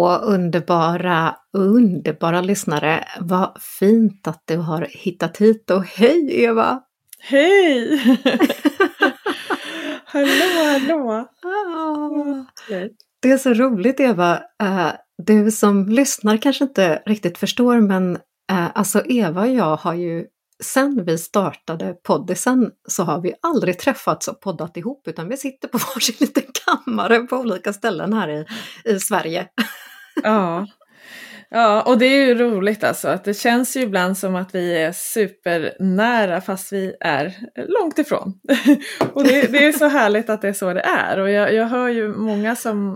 underbara lyssnare. Vad fint att du har hittat hit och hej Eva! Hej! hallå! Det är så roligt Eva. Du som lyssnar kanske inte riktigt förstår, men alltså Eva och jag har ju sen vi startade poddisen så har vi aldrig träffats och poddat ihop, utan vi sitter på varsin liten kammare på olika ställen här i Sverige. Ja, och det är ju roligt alltså att det känns ju ibland som att vi är supernära fast vi är långt ifrån. Och det är så härligt att det är så det är, och jag hör ju många som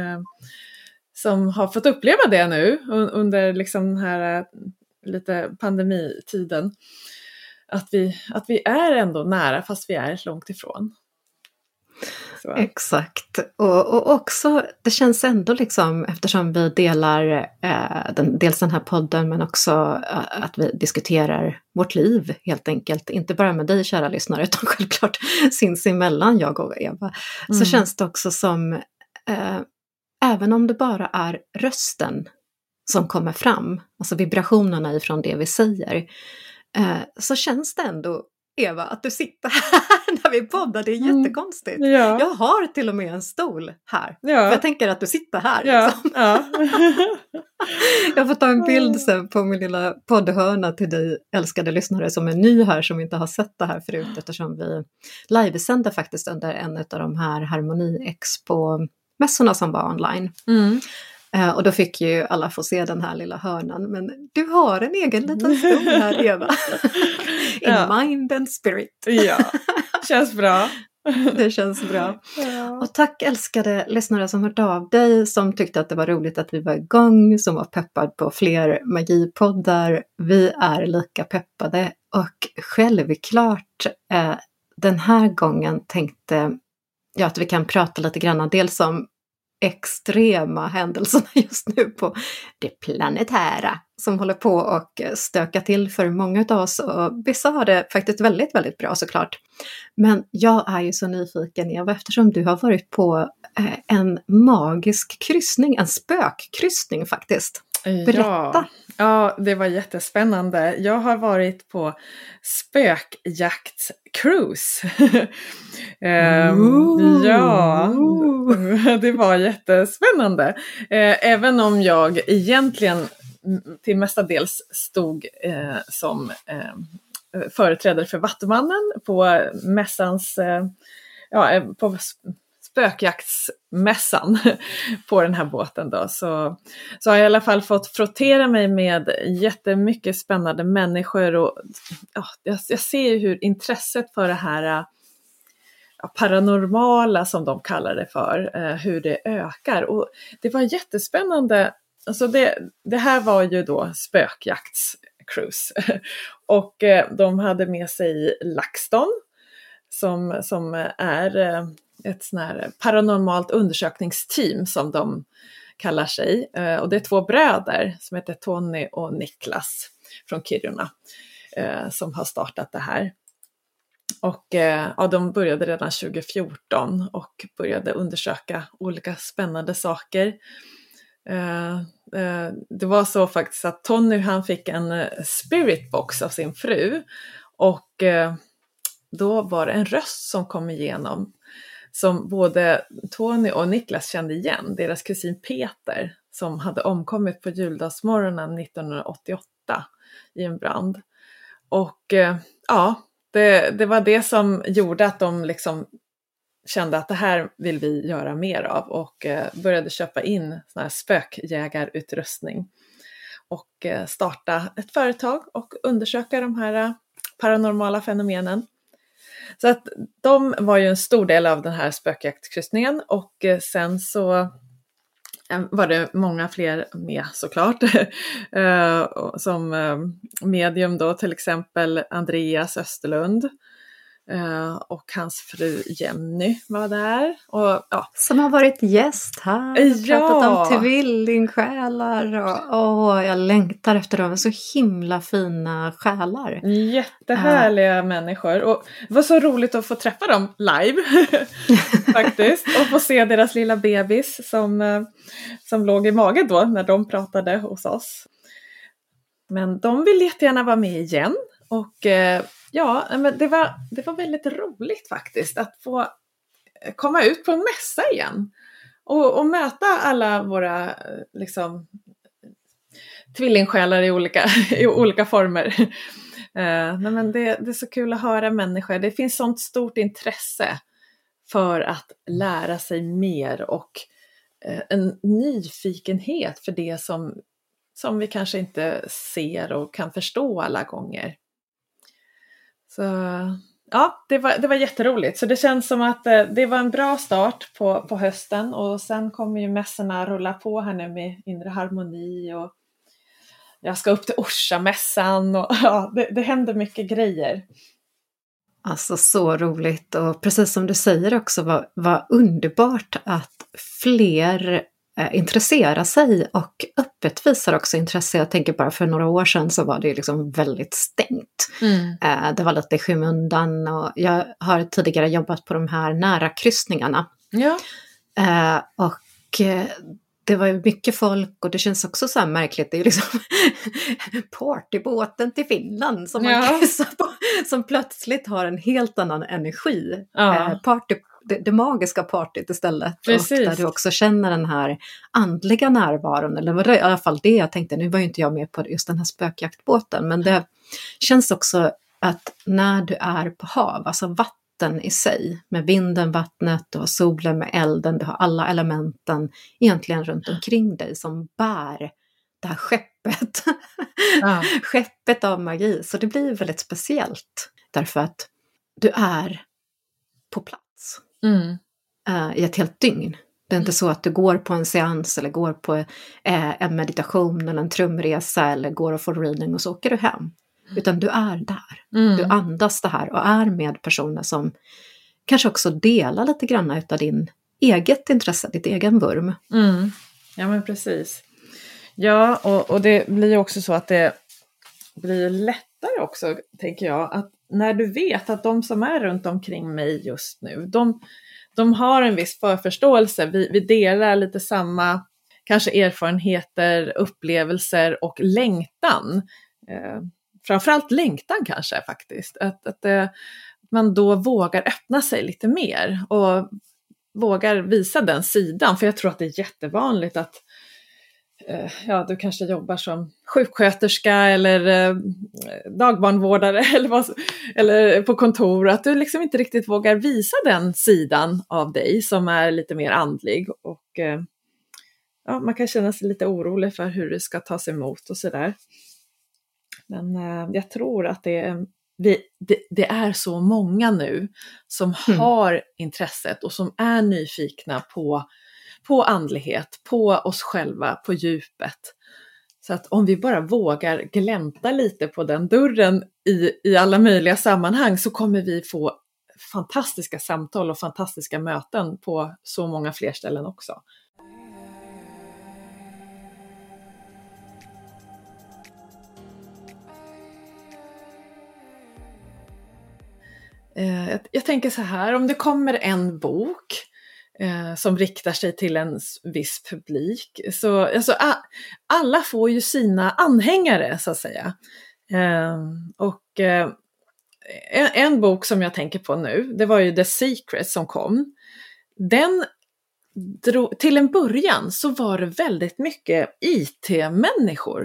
har fått uppleva det nu under liksom den här lite pandemitiden. Att vi är ändå nära fast vi är långt ifrån. Så. Exakt. Och också, det känns ändå liksom, eftersom vi delar dels den här podden, men också att vi diskuterar vårt liv helt enkelt. Inte bara med dig kära lyssnare, utan självklart sinsemellan jag och Eva. Så känns det också som, även om det bara är rösten som kommer fram, alltså vibrationerna ifrån det vi säger, så känns det ändå, Eva, att du sitter här när vi poddar. Det är jättekonstigt. Ja. Jag har till och med en stol här. Ja. För jag tänker att du sitter här. Ja. Liksom. Ja. Jag får ta en bild sen på min lilla poddhörna till dig älskade lyssnare som är ny här, som inte har sett det här förut, eftersom vi livesänder faktiskt under en av de här Harmoni Expo-mässorna som var online. Och då fick ju alla få se den här lilla hörnan. Men du har en egen liten stol här, Eva. In mind and spirit. Ja, känns bra. Det känns bra. Ja. Och tack älskade lyssnare som hört av dig, som tyckte att det var roligt att vi var igång, som var peppad på fler magipoddar. Vi är lika peppade, och självklart den här gången tänkte jag att vi kan prata lite grann dels om extrema händelserna just nu på det planetära som håller på och stöka till för många av oss, och vissa har det faktiskt väldigt, väldigt bra såklart. Men jag är ju så nyfiken, Eva, eftersom du har varit på en magisk kryssning, en spökkryssning faktiskt. Berätta! Ja, det var jättespännande. Jag har varit på spökjaktscruise. Ja, det var jättespännande. Även om jag egentligen till mestadels stod som företrädare för Vattumannen på mässans, på spökjaktsmässan på den här båten då, så har jag i alla fall fått frottera mig med jättemycket spännande människor, och jag ser ju hur intresset för det här paranormala, som de kallar det för, hur det ökar, och det var jättespännande. Alltså det här var ju då spökjaktscruise och de hade med sig LaxTon som är ett sån här paranormalt undersökningsteam som de kallar sig. Och det är 2 bröder som heter Tony och Niklas från Kiruna som har startat det här. Och de började redan 2014 och började undersöka olika spännande saker. Det var så faktiskt att Tony, han fick en spiritbox av sin fru, och då var det en röst som kom igenom som både Tony och Niklas kände igen, deras kusin Peter som hade omkommit på juldagsmorgonen 1988 i en brand. Och det var det som gjorde att de liksom kände att det här vill vi göra mer av, och började köpa in sån här spökjägarutrustning och starta ett företag och undersöka de här paranormala fenomenen. Så att de var ju en stor del av den här spökjaktkryssningen, och sen så var det många fler med såklart. Som medium då, till exempel Andreas Österlund och hans fru Jenny var där. Och, ja. Som har varit gäst här och pratat om tvillingsjälar. Och jag längtar efter dem. Så himla fina själar. Jättehärliga människor. Och det var så roligt att få träffa dem live faktiskt. Och få se deras lilla bebis som låg i magen då när de pratade hos oss. Men de vill jättegärna vara med igen. Och ja, men det var väldigt roligt faktiskt att få komma ut på en mässa igen. Och möta alla våra liksom, tvillingsjälar i olika former. Men det är så kul att höra människor. Det finns sånt stort intresse för att lära sig mer och en nyfikenhet för det som vi kanske inte ser och kan förstå alla gånger. Så ja, det var jätteroligt. Så det känns som att det var en bra start på hösten. Och sen kommer ju mässorna rulla på här nu med inre harmoni. Och jag ska upp till Orsa-mässan. Och ja, det händer mycket grejer. Alltså så roligt. Och precis som du säger också, vad underbart att fler intressera sig och öppet visar också intresse. Jag tänker bara för några år sedan så var det liksom väldigt stängt. Det var lite i skymundan och jag har tidigare jobbat på de här nära kryssningarna. Ja. Och det var ju mycket folk och det känns också så här märkligt. Det är ju liksom partybåten till Finland som man kryssar på. Som plötsligt har en helt annan energi. Det magiska partyt istället. Precis. Och där du också känner den här andliga närvaron. Eller var det i alla fall det jag tänkte. Nu var ju inte jag med på just den här spökjaktbåten. Men det känns också att när du är på hav. Alltså vatten i sig. Med vinden, vattnet och solen med elden. Du har alla elementen egentligen runt omkring dig. Som bär det här skeppet. Skeppet av magi. Så det blir väldigt speciellt. Därför att du är på plats. I ett helt dygn. Det är inte så att du går på en seans eller går på en meditation eller en trumresa eller går och får reading och så åker du hem. Utan du är där. Du andas det här och är med personer som kanske också delar lite grann utav din eget intresse, ditt egen vurm. Ja men precis. Ja och det blir ju också så att det blir lättare också tänker jag att när du vet att de som är runt omkring mig just nu, de har en viss förförståelse. Vi delar lite samma kanske erfarenheter, upplevelser och längtan. Framförallt längtan kanske faktiskt. Att man då vågar öppna sig lite mer och vågar visa den sidan. För jag tror att det är jättevanligt att du kanske jobbar som sjuksköterska eller dagbarnvårdare eller på kontor, att du liksom inte riktigt vågar visa den sidan av dig som är lite mer andlig och man kan känna sig lite orolig för hur det ska tas emot och sådär. Men jag tror att det är så många nu som har intresset och som är nyfikna på andlighet, på oss själva, på djupet. Så att om vi bara vågar glänta lite på den dörren i alla möjliga sammanhang så kommer vi få fantastiska samtal och fantastiska möten på så många fler ställen också. Jag tänker så här, om det kommer en bok som riktar sig till en viss publik. Så alltså, alla får ju sina anhängare så att säga. En bok som jag tänker på nu, det var ju The Secret som kom. Den till en början så var det väldigt mycket IT-människor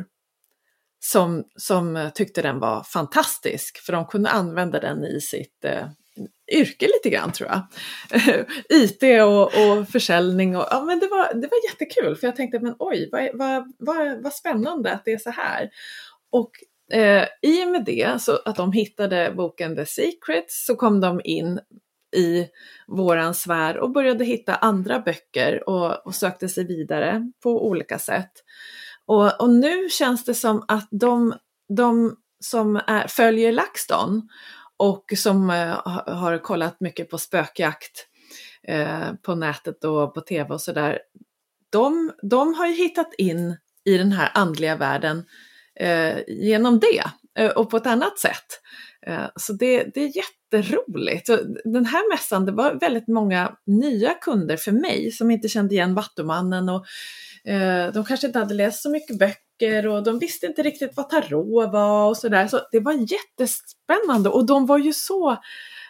som tyckte den var fantastisk. För de kunde använda den i sitt yrke lite grann tror jag. IT och försäljning. Och, men det var jättekul. För jag tänkte, men oj, vad spännande att det är så här. Och i och med det, så att de hittade boken The Secret, så kom de in i våran sfär och började hitta andra böcker och sökte sig vidare på olika sätt. Och nu känns det som att de som följer LaxTon och som har kollat mycket på spökjakt på nätet och på tv och sådär. De har ju hittat in i den här andliga världen genom det och på ett annat sätt. Så det är jätteroligt. Så den här mässan, det var väldigt många nya kunder för mig som inte kände igen Vattumannen och de kanske inte hade läst så mycket böcker och de visste inte riktigt vad tarot var och sådär. Så det var jättespännande och de var ju så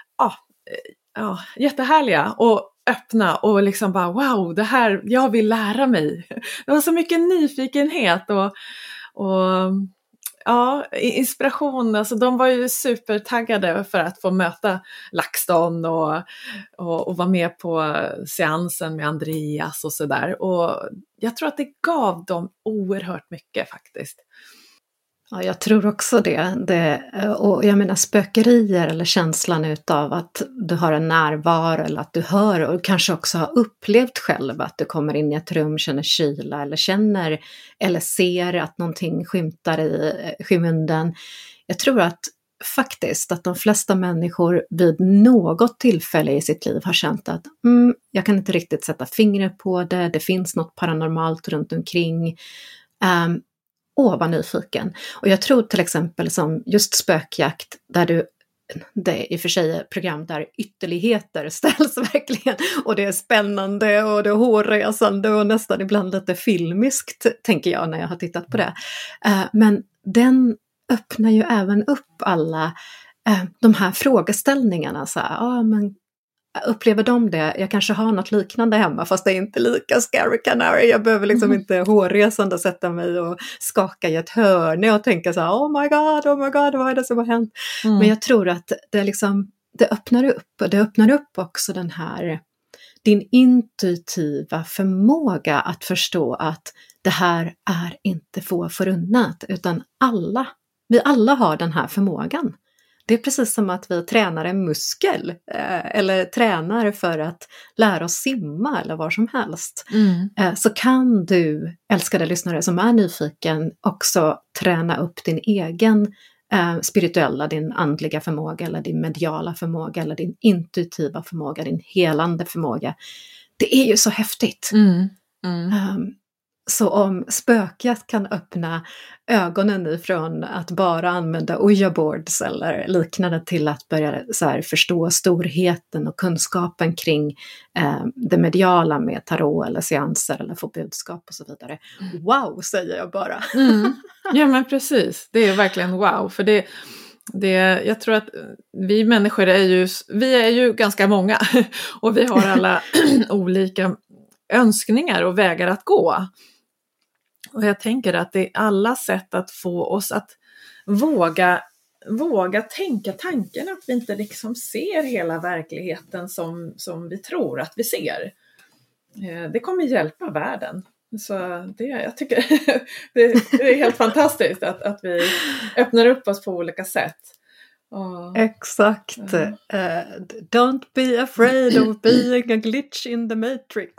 jättehärliga och öppna och liksom bara wow, det här, jag vill lära mig. Det var så mycket nyfikenhet och inspiration. Alltså de var ju supertaggade för att få möta LaxTon och vara med på seansen med Andreas och sådär. Och jag tror att det gav dem oerhört mycket faktiskt. Ja, jag tror också det. Och jag menar spökerier eller känslan utav att du har en närvaro eller att du hör och kanske också har upplevt själv att du kommer in i ett rum, känner kyla eller känner eller ser att någonting skymtar i skymunden. Jag tror att faktiskt att de flesta människor vid något tillfälle i sitt liv har känt att jag kan inte riktigt sätta fingret på det, det finns något paranormalt runt omkring. Vad nyfiken. Och jag tror till exempel som just spökjakt där det är i och för sig ett program där ytterligheter ställs verkligen och det är spännande och det är hårresande och nästan ibland lite filmiskt tänker jag när jag har tittat på det. Men den öppnar ju även upp alla de här frågeställningarna så här, men upplever de det? Jag kanske har något liknande hemma fast det är inte lika scary canary. Jag behöver liksom inte hårresande sätta mig och skaka i ett hörn och tänka så här, oh my god, vad är det som har hänt? Men jag tror att det öppnar upp och det öppnar upp också din intuitiva förmåga att förstå att det här är inte få förunnat utan vi alla har den här förmågan. Det är precis som att vi tränar en muskel eller tränar för att lära oss simma eller vad som helst. Så kan du, älskade lyssnare som är nyfiken, också träna upp din egen spirituella, din andliga förmåga eller din mediala förmåga eller din intuitiva förmåga, din helande förmåga. Det är ju så häftigt. Så om spöket kan öppna ögonen ifrån att bara använda Ouija boards eller liknande till att börja så här förstå storheten och kunskapen kring det mediala med tarot eller seanser eller få budskap och så vidare. Wow, säger jag bara. Ja men precis, det är verkligen wow. För jag tror att vi människor är ju ganska många och vi har alla olika önskningar och vägar att gå. Och jag tänker att det är alla sätt att få oss att våga tänka tanken att vi inte liksom ser hela verkligheten som vi tror att vi ser. Det kommer hjälpa världen. Så jag tycker det är helt fantastiskt att vi öppnar upp oss på olika sätt. Exakt. Don't be afraid of being a glitch in the matrix.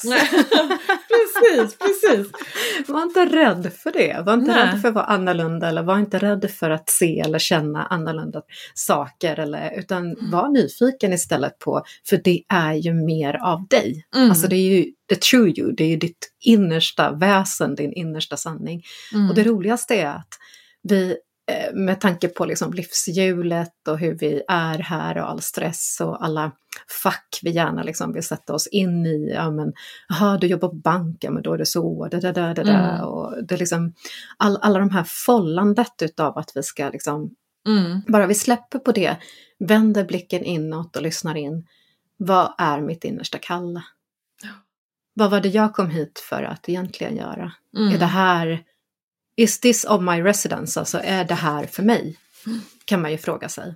precis. Var inte rädd för det. Var inte rädd för att vara annorlunda eller var inte rädd för att se eller känna annorlunda saker utan var nyfiken istället på, för det är ju mer av dig. Alltså det är ju the true you, det är ju ditt innersta väsen, din innersta sanning. Och det roligaste är att vi med tanke på liksom livshjulet och hur vi är här och all stress och alla fack vi gärna liksom vill sätta oss in i. Du jobbar på banken, men då är det så. Och det är liksom alla de här follandet utav att vi ska liksom, bara vi släpper på det, vänder blicken inåt och lyssnar in. Vad är mitt innersta kalla? Vad var det jag kom hit för att egentligen göra? Är det här... Is this of my residence? Alltså är det här för mig? Kan man ju fråga sig.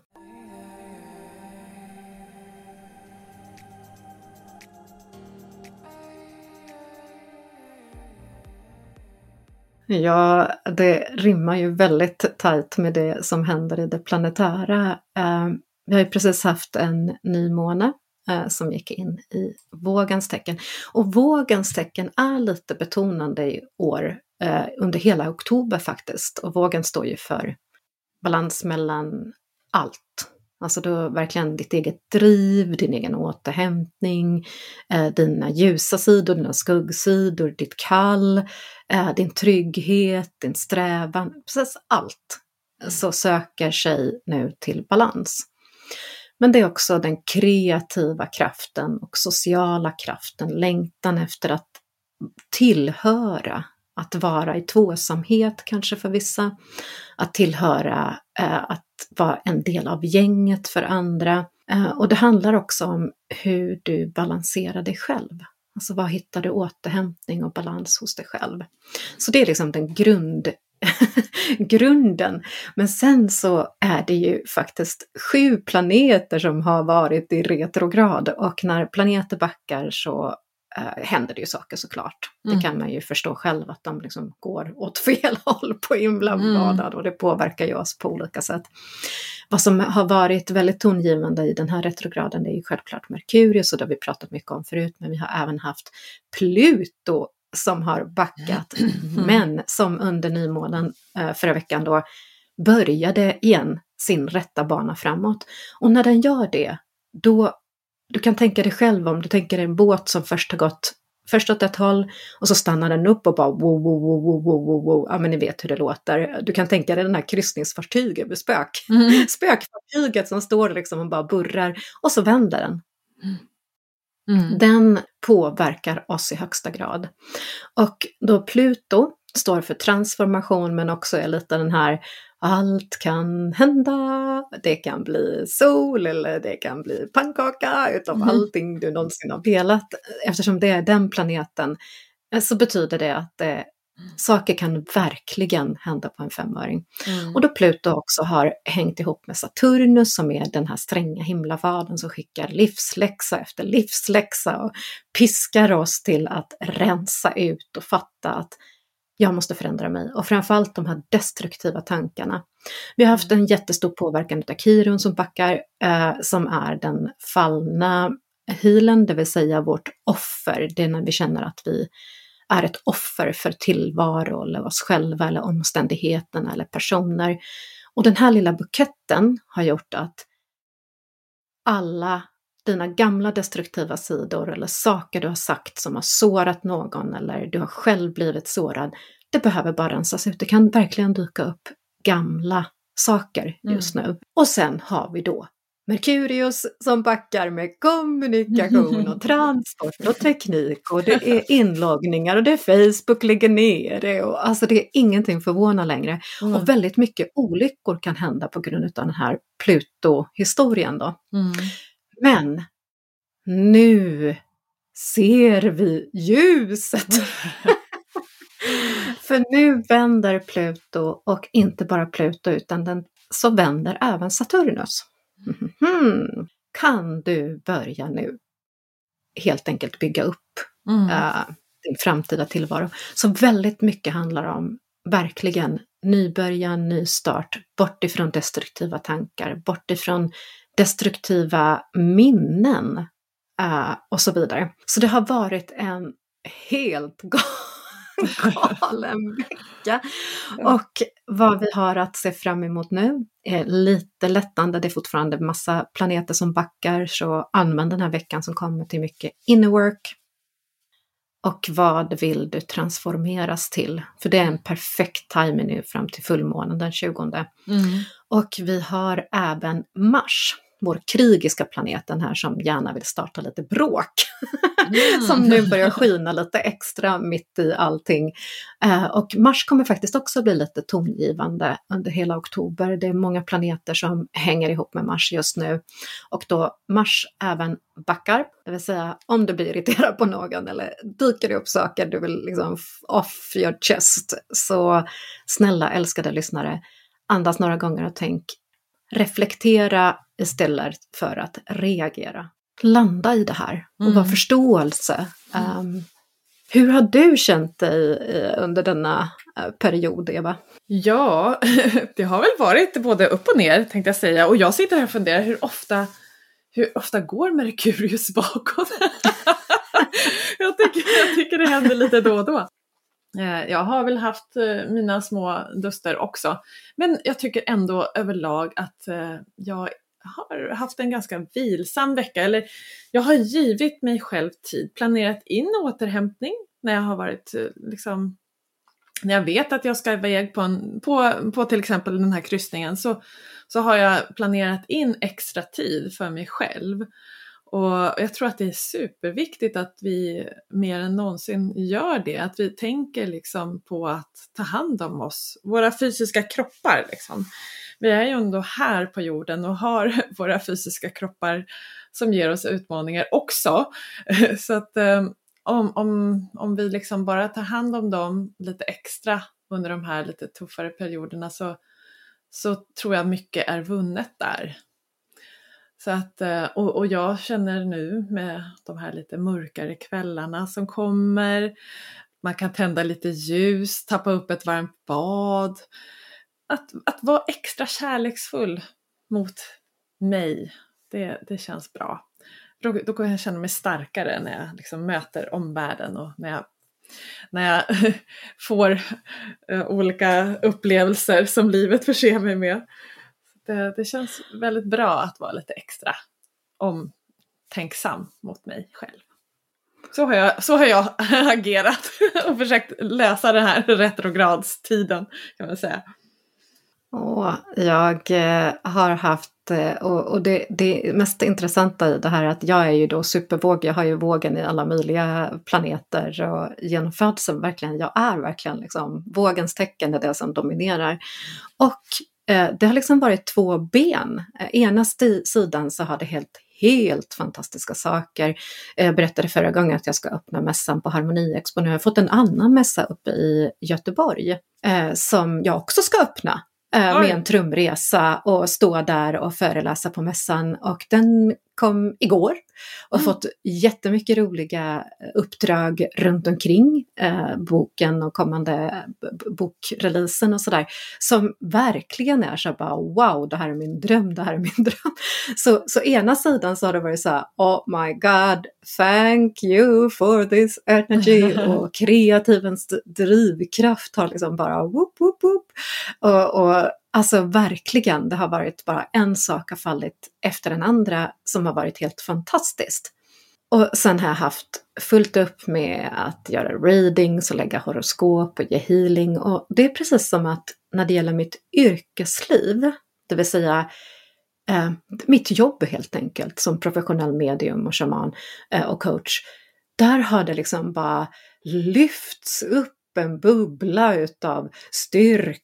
Ja, det rimmar ju väldigt tajt med det som händer i det planetära. Vi har ju precis haft en nymåne som gick in i vågens tecken. Och vågens tecken är lite betonande i år. Under hela oktober faktiskt. Och vågen står ju för balans mellan allt. Alltså då verkligen ditt eget driv, din egen återhämtning, dina ljusa sidor, dina skuggsidor, ditt kall, din trygghet, din strävan, precis allt så söker sig nu till balans. Men det är också den kreativa kraften och sociala kraften, längtan efter att tillhöra, att vara i tvåsamhet kanske för vissa, att tillhöra, att vara en del av gänget för andra. Och det handlar också om hur du balanserar dig själv. Alltså vad hittar du återhämtning och balans hos dig själv? Så det är liksom den grunden. Men sen så är det ju faktiskt 7 planeter som har varit i retrograd, och när planeter backar så händer det ju saker såklart. Det kan man ju förstå själv, att de liksom går åt fel håll på himlabanan och det påverkar ju oss på olika sätt. Vad som har varit väldigt tongivande i den här retrograden, det är ju självklart Merkurius, och det har vi pratat mycket om förut, men vi har även haft Pluto som har backat, men som under nymånen förra veckan då började igen sin rätta bana framåt. Och när den gör det, då du kan tänka dig själv, om du tänker en båt som först åt ett håll och så stannar den upp och bara wow. Ja, men ni vet hur det låter. Du kan tänka dig den här kryssningsfartyget med spökfartyget som står liksom och bara burrar, och så vänder den. Den påverkar oss i högsta grad. Och då Pluto står för transformation, men också är lite den här allt kan hända, det kan bli sol eller det kan bli pannkaka utav allting du någonsin har velat. Eftersom det är den planeten så betyder det att saker kan verkligen hända på en 5-öring. Och då Pluto också har hängt ihop med Saturnus, som är den här stränga himlafadern som skickar livsläxa efter livsläxa och piskar oss till att rensa ut och fatta att jag måste förändra mig. Och framförallt de här destruktiva tankarna. Vi har haft en jättestor påverkan av Kirun som backar, som är den fallna healen, det vill säga vårt offer. Det är när vi känner att vi är ett offer för tillvaro eller oss själva eller omständigheterna eller personer. Och den här lilla buketten har gjort att alla dina gamla destruktiva sidor eller saker du har sagt som har sårat någon eller du har själv blivit sårad, det behöver bara rensas ut. Det kan verkligen dyka upp gamla saker just nu. Och sen har vi då Merkurius som backar med kommunikation och transport och teknik, och det är inloggningar och det är Facebook ligger nere, och alltså det är ingenting förvånar längre. Och väldigt mycket olyckor kan hända på grund av den här Pluto-historien då. Men nu ser vi ljuset. För nu vänder Pluto, och inte bara Pluto utan så vänder även Saturnus. Kan du börja nu helt enkelt bygga upp din framtida tillvaro? Så väldigt mycket handlar om verkligen nybörjan, nystart, bort ifrån destruktiva tankar, bort ifrån destruktiva minnen och så vidare. Så det har varit en helt galen vecka. Och vad vi har att se fram emot nu är lite lättande. Det är fortfarande massa planeter som backar, så använd den här veckan som kommer till mycket inner work. Och vad vill du transformeras till? För det är en perfekt timing nu fram till fullmånen den 20. Och vi har även Mars, vår krigiska planeten här, som gärna vill starta lite bråk. Som nu börjar skina lite extra mitt i allting. Och Mars kommer faktiskt också bli lite tongivande under hela oktober. Det är många planeter som hänger ihop med Mars just nu. Och då Mars även backar. Det vill säga, om du blir irriterad på någon eller dyker det upp saker du vill liksom off your chest. Så snälla älskade lyssnare, andas några gånger och tänk. Reflektera istället för att reagera. Landa i det här och vara förståelse. Hur har du känt dig under denna period, Eva? Ja, det har väl varit både upp och ner, tänkte jag säga. Och jag sitter här och funderar, hur ofta går Merkurius bakåt? jag tycker det händer lite då och då. Jag har väl haft mina små duster också. Men jag tycker ändå överlag att jag har haft en ganska vilsam vecka. Eller jag har givit mig själv tid, planerat in återhämtning när jag har varit liksom, när jag vet att jag ska iväg på till exempel den här kryssningen, så har jag planerat in extra tid för mig själv. Och jag tror att det är superviktigt att vi mer än någonsin gör det. Att vi tänker liksom på att ta hand om oss, våra fysiska kroppar liksom. Vi är ju ändå här på jorden och har våra fysiska kroppar som ger oss utmaningar också. Så att om vi liksom bara tar hand om dem lite extra under de här lite tuffare perioderna, så tror jag mycket är vunnet där. Så att, och jag känner nu med de här lite mörkare kvällarna som kommer, man kan tända lite ljus, tappa upp ett varmt bad, att vara extra kärleksfull mot mig, det känns bra. Då kan jag känna mig starkare när jag liksom möter omvärlden och när jag får olika upplevelser som livet förser mig med. Det känns väldigt bra att vara lite extra omtänksam mot mig själv. Så har jag agerat och försökt lösa den här retrogradstiden, kan man säga. Och jag har haft, och det mest intressanta i det här är att jag är ju då supervåg, jag har ju vågen i alla möjliga planeter och genom födseln verkligen, jag är verkligen liksom, vågens tecken är det som dominerar. Och det har liksom varit två ben. Ena sidan så har det helt fantastiska saker. Jag berättade förra gången att jag ska öppna mässan på Harmoni Expo. Nu har jag fått en annan mässa uppe i Göteborg som jag också ska öppna. Med en trumresa och stå där och föreläsa på mässan, och den kom igår och fått jättemycket roliga uppdrag runt omkring boken och kommande bokreleasen och sådär, som verkligen är så bara wow, det här är min dröm, det här är min dröm. Så ena sidan så har det varit så här, oh my god, thank you for this energy, och kreativens drivkraft har liksom bara whoop whoop whoop, och alltså verkligen, det har varit bara en sak har fallit efter den andra som har varit helt fantastiskt. Och sen har jag haft fullt upp med att göra readings och lägga horoskop och ge healing. Och det är precis som att när det gäller mitt yrkesliv, det vill säga mitt jobb helt enkelt som professionell medium och shaman och coach, där har det liksom bara lyfts upp en bubbla utav styrka,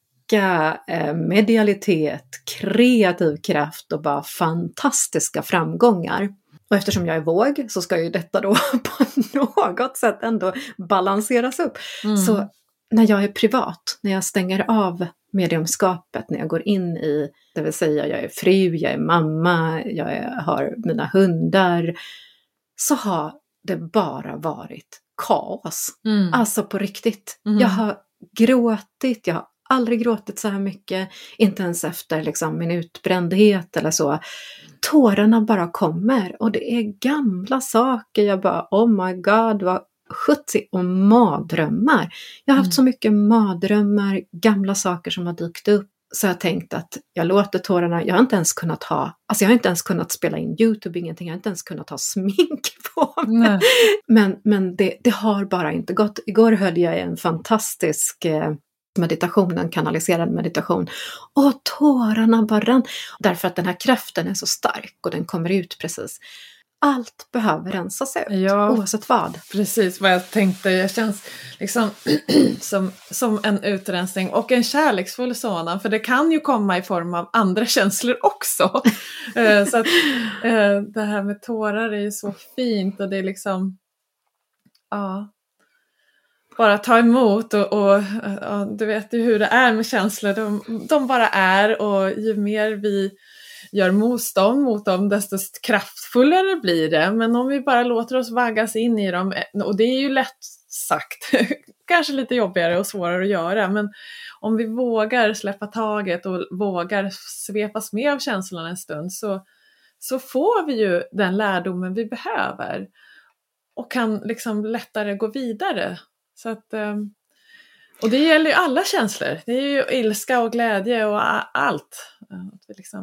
medialitet, kreativ kraft och bara fantastiska framgångar. Och eftersom jag är våg så ska ju detta då på något sätt ändå balanseras upp. Så när jag är privat, när jag stänger av mediumskapet, när jag går in i, det vill säga jag är fru, jag är mamma, har mina hundar, så har det bara varit kaos. Alltså på riktigt. Jag har gråtit, jag har aldrig gråtit så här mycket, inte ens efter liksom min utbrändhet eller så. Tårarna bara kommer och det är gamla saker. Jag bara, oh my god, vad 70 och mardrömmar. Jag har haft så mycket mardrömmar, gamla saker som har dykt upp. Så jag tänkt att jag låter tårarna, jag har inte ens kunnat spela in YouTube, ingenting, jag har inte ens kunnat ha smink på mig. Men det har bara inte gått. Igår höll jag en fantastisk meditation, en kanaliserad meditation, och tårarna bara rann, därför att den här kraften är så stark och den kommer ut precis. Allt behöver rensas ut, oavsett vad. Precis vad jag tänkte. Jag känns liksom som en utrensning och en kärleksfull sådan, för det kan ju komma i form av andra känslor också. Så att det här med tårar är ju så fint, och det är liksom bara ta emot och du vet ju hur det är med känslor. De bara är, och ju mer vi gör motstånd mot dem, desto kraftfullare blir det. Men om vi bara låter oss vaggas in i dem, och det är ju lätt sagt, kanske lite jobbigare och svårare att göra, men om vi vågar släppa taget och vågar svepas med av känslorna en stund, så får vi ju den lärdomen vi behöver och kan liksom lättare gå vidare. Så att, och det gäller ju alla känslor. Det är ju ilska och glädje och allt. Att vi liksom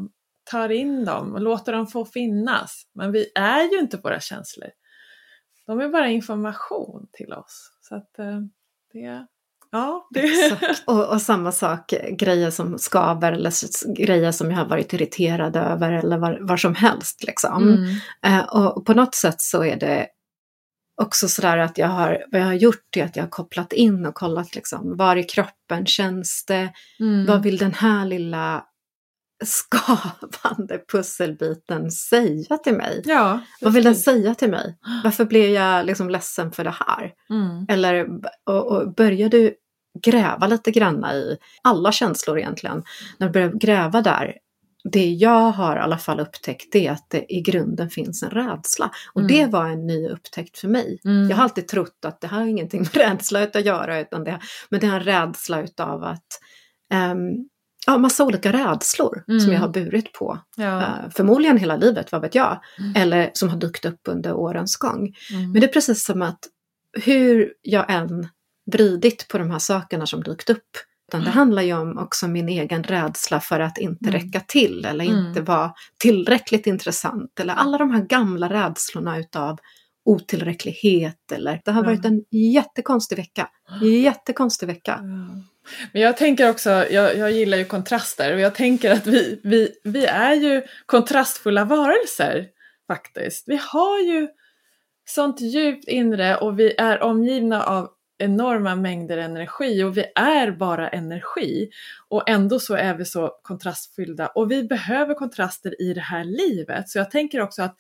tar in dem och låter dem få finnas. Men vi är ju inte våra känslor. De är bara information till oss. Så att det... Ja, det... Exakt. Och samma sak, grejer som skaver eller grejer som jag har varit irriterad över eller var som helst. Liksom. Och på något sätt så är det också sådär att vad jag har gjort är att jag har kopplat in och kollat liksom, var i kroppen känns det, vad vill den här lilla skavande pusselbiten säga till mig? Ja, vad vill den säga till mig? Varför blev jag liksom ledsen för det här? Eller och börjar du gräva lite grann i alla känslor egentligen. När du börjar gräva där, det jag har i alla fall upptäckt är att det i grunden finns en rädsla. Och det var en ny upptäckt för mig. Jag har alltid trott att det här har ingenting med rädsla att göra, men det är en rädsla utav att massa olika rädslor som jag har burit på. Förmodligen hela livet, vad vet jag. Eller som har dykt upp under årens gång. Men det är precis som att hur jag än vridit på de här sakerna som dykt upp. Utan det handlar ju om också min egen rädsla för att inte räcka till. Eller inte vara tillräckligt intressant. Eller alla de här gamla rädslorna utav otillräcklighet. Eller, det har varit en jättekonstig vecka. Jättekonstig vecka. Men jag tänker också, jag gillar ju kontraster. Och jag tänker att vi är ju kontrastfulla varelser faktiskt. Vi har ju sånt djupt inre och vi är omgivna av enorma mängder energi och vi är bara energi och ändå så är vi så kontrastfyllda och vi behöver kontraster i det här livet. Så jag tänker också att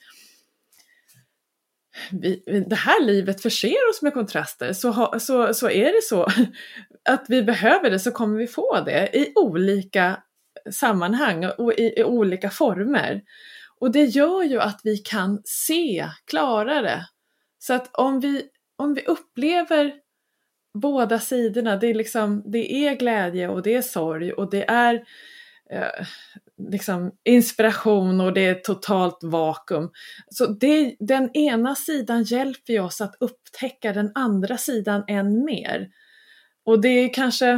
det här livet förser oss med kontraster, så är det så att vi behöver det, så kommer vi få det i olika sammanhang och i olika former. Och det gör ju att vi kan se klarare. Så att om vi upplever båda sidorna, det är glädje och det är sorg och det är liksom inspiration och det är totalt vakuum. Så den ena sidan hjälper oss att upptäcka den andra sidan än mer. Och det är kanske,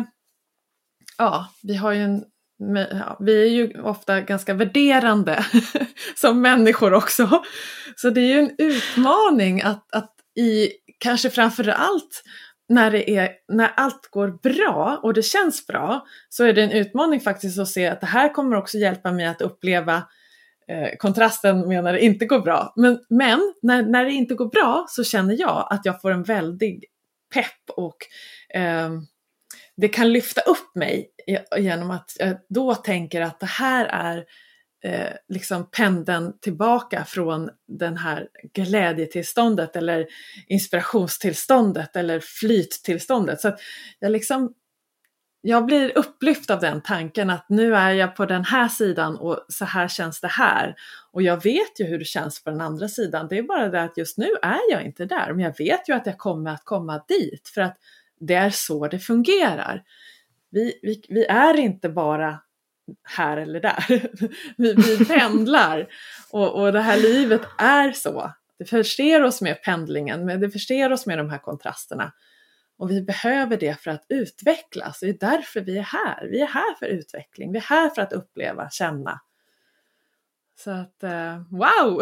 vi är ju ofta ganska värderande som människor också. Så det är ju en utmaning att kanske framförallt när allt går bra och det känns bra, så är det en utmaning faktiskt att se att det här kommer också hjälpa mig att uppleva kontrasten med när det inte går bra. Men när det inte går bra så känner jag att jag får en väldig pepp och det kan lyfta upp mig genom att jag då tänker att det här är liksom pendeln tillbaka från den här glädjetillståndet eller inspirationstillståndet eller flyttillståndet. Så att jag blir upplyft av den tanken att nu är jag på den här sidan och så här känns det här. Och jag vet ju hur det känns på den andra sidan. Det är bara det att just nu är jag inte där. Men jag vet ju att jag kommer att komma dit för att det är så det fungerar. Vi är inte bara här eller där. Vi pendlar. Och det här livet är så. Det förser oss med pendlingen. Men det förser oss med de här kontrasterna. Och vi behöver det för att utvecklas. Det är därför vi är här. Vi är här för utveckling. Vi är här för att uppleva, känna. Så att, wow!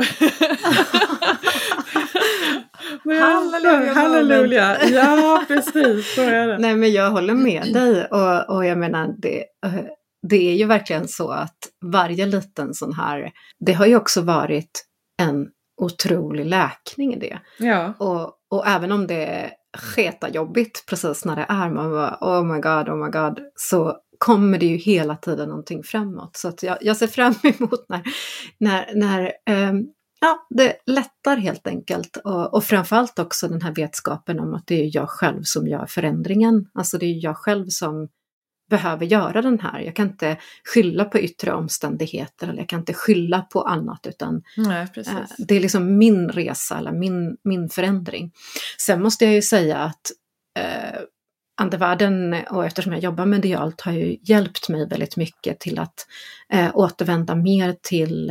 Halleluja! Ja, precis. Så är det. Nej, men jag håller med dig. Och jag menar, det är ju verkligen så att varje liten sån här, det har ju också varit en otrolig läkning i det. Ja. Och även om det är sketajobbigt precis när det är, man bara, oh my god, så kommer det ju hela tiden någonting framåt. Så att jag ser fram emot när det lättar helt enkelt. Och framförallt också den här vetskapen om att det är jag själv som gör förändringen. Alltså det är jag själv som behöver göra den här. Jag kan inte skylla på yttre omständigheter eller jag kan inte skylla på annat, utan det är liksom min resa eller min förändring. Sen måste jag ju säga att andevärlden, och eftersom jag jobbar medialt, har ju hjälpt mig väldigt mycket till att återvända mer till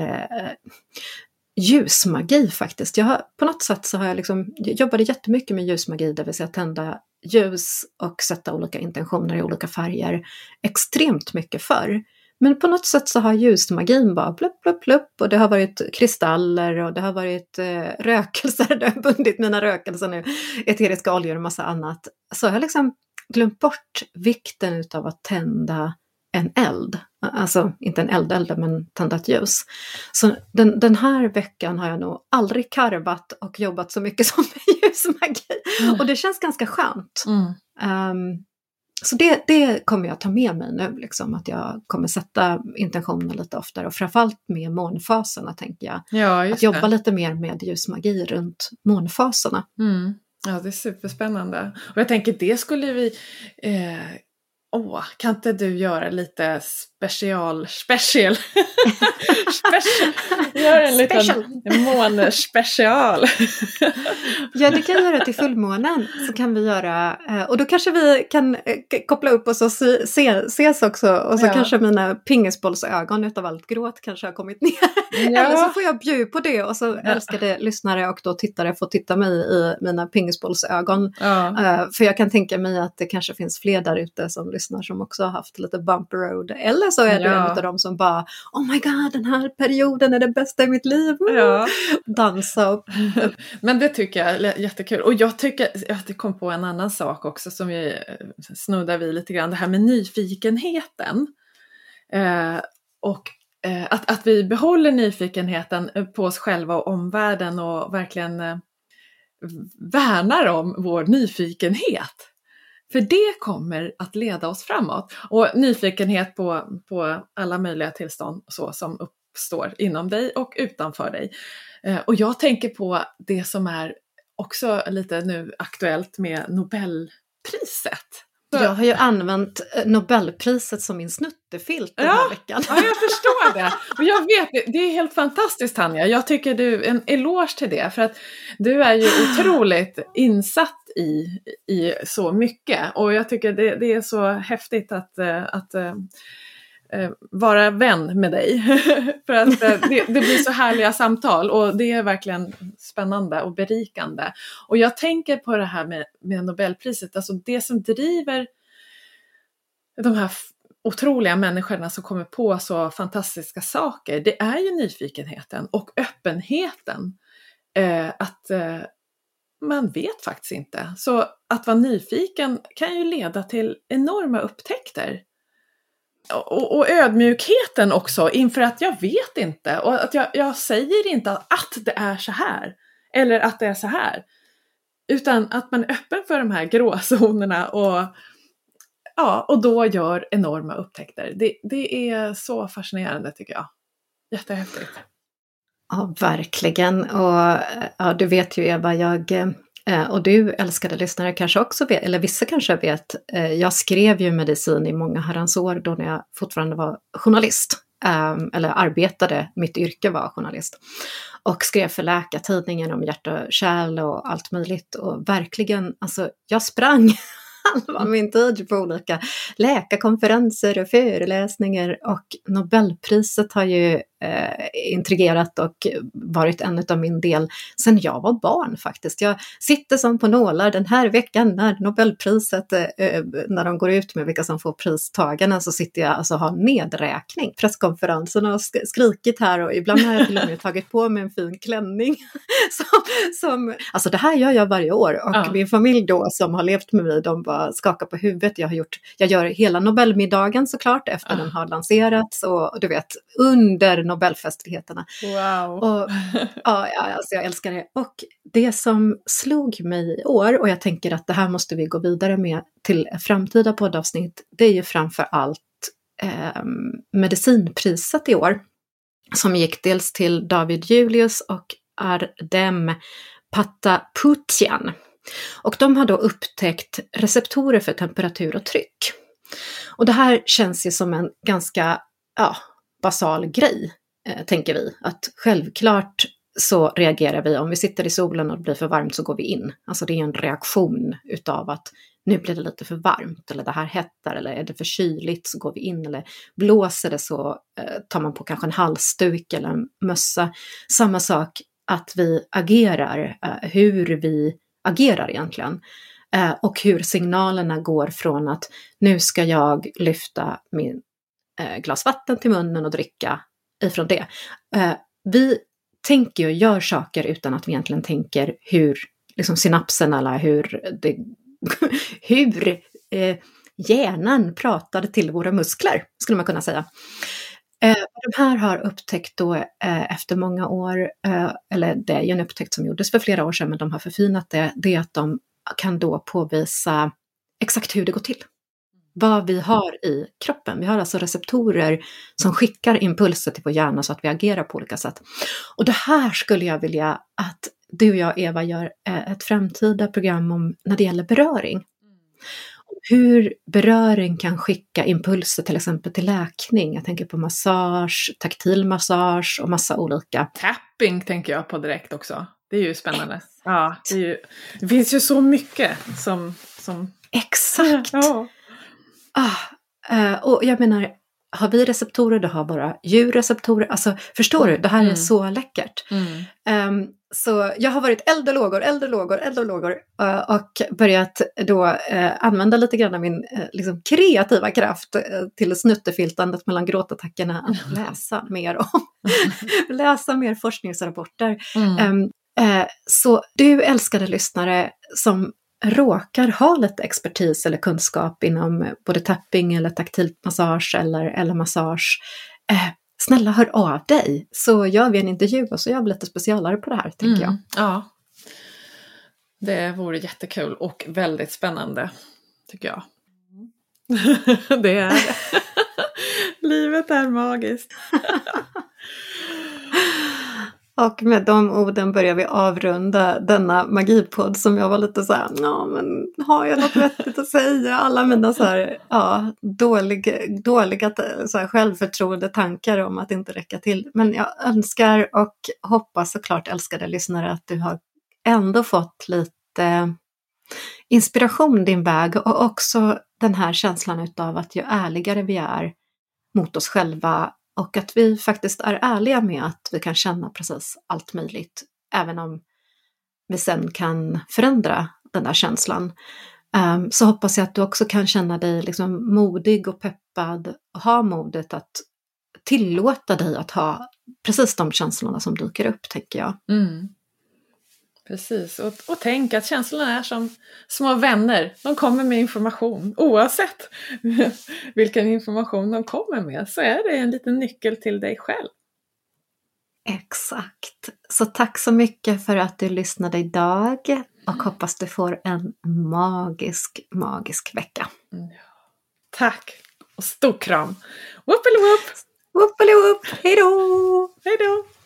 ljusmagi faktiskt. På något sätt så har jag jobbade jättemycket med ljusmagi, det vill säga tända ljus och sätta olika intentioner i olika färger extremt mycket förr. Men på något sätt så har ljusmagin bara plupp, plupp, plupp, och det har varit kristaller och det har varit rökelser, det har bundit mina rökelser nu, eteriska oljor och massa annat. Så jag har liksom glömt bort vikten utav att tända en eld. Alltså inte en eld, men tända ett ljus. Så den här veckan har jag nog aldrig karvat och jobbat så mycket som med ljusmagi. Och det känns ganska skönt. Så det kommer jag ta med mig nu, liksom, att jag kommer sätta intentioner lite oftare, och framförallt med månfaserna tänker jag. Ja, just att jobba lite mer med ljusmagi runt månfaserna. Ja, det är superspännande. Och jag tänker, det skulle vi... kan inte du göra lite special. Gör en liten månespecial. Ja, det kan jag göra till fullmånen. Så kan vi göra, och då kanske vi kan koppla upp oss och ses också. Och så kanske mina pingisbollsögon utav allt gråt kanske har kommit ner. Ja. Eller så får jag bjuda på det, och så älskade lyssnare och då tittare får titta mig i mina pingisbollsögon. Ja. För jag kan tänka mig att det kanske finns fler där ute som lyssnar som också har haft lite bumpy road. Eller så är det en av dem som bara, oh my god, den här perioden är det bästa i mitt liv. Dansa upp. Men det tycker jag är jättekul. Och jag tycker, jag kom på en annan sak också som vi snuddar vid lite grann. Det här med nyfikenheten. Att vi behåller nyfikenheten på oss själva och omvärlden och verkligen värnar om vår nyfikenhet. För det kommer att leda oss framåt. Och nyfikenhet på alla möjliga tillstånd så som uppstår inom dig och utanför dig. Och jag tänker på det som är också lite nu aktuellt med Nobelpriset. Jag har ju använt Nobelpriset som min snuttefilt den här veckan. Ja, jag förstår det. Och jag vet, det är helt fantastiskt, Tanja. Jag tycker du, en eloge till det. För att du är ju otroligt insatt i så mycket. Och jag tycker det är så häftigt att vara vän med dig. För att det blir så härliga samtal. Och det är verkligen spännande och berikande. Och jag tänker på det här med Nobelpriset. Alltså det som driver de här otroliga människorna som kommer på så fantastiska saker. Det är ju nyfikenheten och öppenheten. Man vet faktiskt inte. Så att vara nyfiken kan ju leda till enorma upptäckter. Och ödmjukheten också inför att jag vet inte. Och att jag säger inte att det är så här. Eller att det är så här. Utan att man är öppen för de här gråzonerna. Och då gör enorma upptäckter. Det är så fascinerande tycker jag. Jättehäftigt. Ja, verkligen. Och ja, du vet ju Eva, och du älskade lyssnare kanske också vet, eller vissa kanske vet, jag skrev ju medicin i många herrans år då när jag fortfarande var journalist. Eller arbetade, mitt yrke var journalist. Och skrev för Läkartidningen om hjärt och kärl och allt möjligt. Och verkligen, alltså jag sprang halva min tid på olika läkarkonferenser och föreläsningar. Och Nobelpriset har ju intrigerat och varit en av min del sedan jag var barn faktiskt. Jag sitter som på nålar den här veckan när Nobelpriset, när de går ut med vilka som får pristagarna, så sitter jag alltså har nedräkning. Presskonferenserna har skrikit här och ibland har jag till och med tagit på mig en fin klänning. Alltså det här gör jag varje år och min familj då som har levt med mig, de bara skakar på huvudet. Jag gör hela Nobelmiddagen såklart efter den har lanserats och du vet under Nobelfestligheterna. Wow. Och, alltså jag älskar det. Och det som slog mig i år, och jag tänker att det här måste vi gå vidare med till framtida poddavsnitt, det är ju framför allt medicinpriset i år. Som gick dels till David Julius och Ardem Pataputian. Och de har då upptäckt receptorer för temperatur och tryck. Och det här känns ju som en ganska basal grej, tänker vi. Att självklart så reagerar vi, om vi sitter i solen och det blir för varmt så går vi in. Alltså det är en reaktion utav att nu blir det lite för varmt eller det här hettar eller är det för kyligt så går vi in, eller blåser det så tar man på kanske en halsduk eller en mössa. Samma sak att vi agerar, hur vi agerar egentligen. Och hur signalerna går från att nu ska jag lyfta min glas vatten till munnen och dricka ifrån det. Vi tänker och gör saker utan att vi egentligen tänker hur liksom synapsen eller hur hjärnan pratade till våra muskler, skulle man kunna säga. De här har upptäckt då efter många år, eller det är ju en upptäckt som gjordes för flera år sedan, men de har förfinat det är att de kan då påvisa exakt hur det går till. Vad vi har i kroppen. Vi har alltså receptorer som skickar impulser till vår hjärna så att vi agerar på olika sätt. Och det här skulle jag vilja att du och jag, Eva, gör ett framtida program om när det gäller beröring. Hur beröring kan skicka impulser till exempel till läkning. Jag tänker på massage, taktil massage och massa olika. Tapping tänker jag på direkt också. Det är ju spännande. Ja, det finns ju så mycket som... Exakt! Ja. Och jag menar, har vi receptorer, då har våra djur receptorer. Alltså, förstår du? Det här är så läckert. Så jag har varit eld och lågor och börjat då använda lite grann av min liksom kreativa kraft till snuttefiltandet mellan gråtattackerna att läsa mer forskningsrapporter. Så du älskade lyssnare som råkar ha lite expertis eller kunskap inom både tapping eller taktilt massage eller massage, snälla hör av dig så gör vi en intervju och så gör vi lite specialare på det här, tänker jag. Ja, det vore jättekul och väldigt spännande, tycker jag. Det är det. Livet är magiskt. Och med de orden börjar vi avrunda denna magipodd som jag var lite så här, ja men har jag något vettigt att säga? Alla mina så här, dåliga så här, självförtroende tankar om att inte räcka till. Men jag önskar och hoppas såklart, älskade lyssnare, att du har ändå fått lite inspiration din väg och också den här känslan utav att ju ärligare vi är mot oss själva och att vi faktiskt är ärliga med att vi kan känna precis allt möjligt, även om vi sen kan förändra den där känslan. Så hoppas jag att du också kan känna dig liksom modig och peppad och ha modet att tillåta dig att ha precis de känslorna som dyker upp, tänker jag. Precis, och tänk att känslorna är som små vänner. De kommer med information. Oavsett vilken information de kommer med så är det en liten nyckel till dig själv. Exakt. Så tack så mycket för att du lyssnade idag och hoppas du får en magisk vecka. Tack och stor kram. Whoopily whoop. Whoopily whoop. Hej då. Hej då.